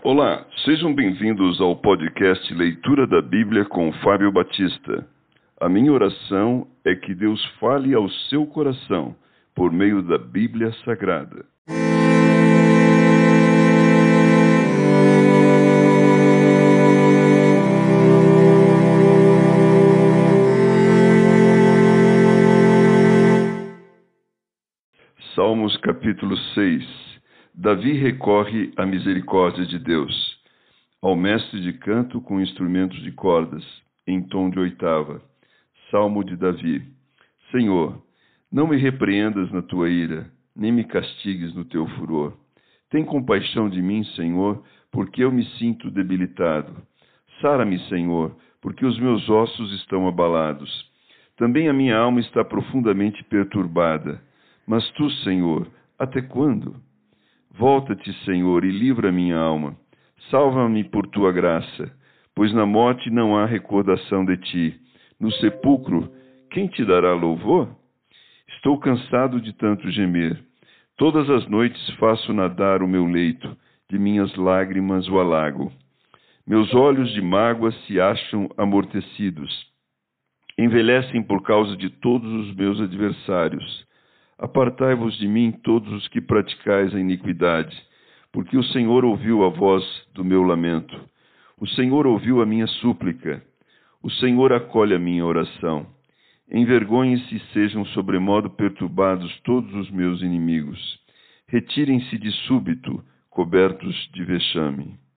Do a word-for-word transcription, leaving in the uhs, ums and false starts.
Olá, sejam bem-vindos ao podcast Leitura da Bíblia com Fábio Batista. A minha oração é que Deus fale ao seu coração por meio da Bíblia Sagrada. Salmos capítulo seis. Davi recorre à misericórdia de Deus. Ao mestre de canto com instrumentos de cordas, em tom de oitava. Salmo de Davi. Senhor, não me repreendas na tua ira, nem me castigues no teu furor. Tem compaixão de mim, Senhor, porque eu me sinto debilitado. Sara-me, Senhor, porque os meus ossos estão abalados. Também a minha alma está profundamente perturbada. Mas tu, Senhor, até quando? Volta-te, Senhor, e livra minha alma. Salva-me por tua graça, pois na morte não há recordação de ti. No sepulcro, quem te dará louvor? Estou cansado de tanto gemer. Todas as noites faço nadar o meu leito, de minhas lágrimas o alago. Meus olhos de mágoa se acham amortecidos. Envelhecem por causa de todos os meus adversários. Apartai-vos de mim todos os que praticais a iniquidade, porque o Senhor ouviu a voz do meu lamento. O Senhor ouviu a minha súplica. O Senhor acolhe a minha oração. Envergonhem-se e sejam sobremodo perturbados todos os meus inimigos. Retirem-se de súbito, cobertos de vexame.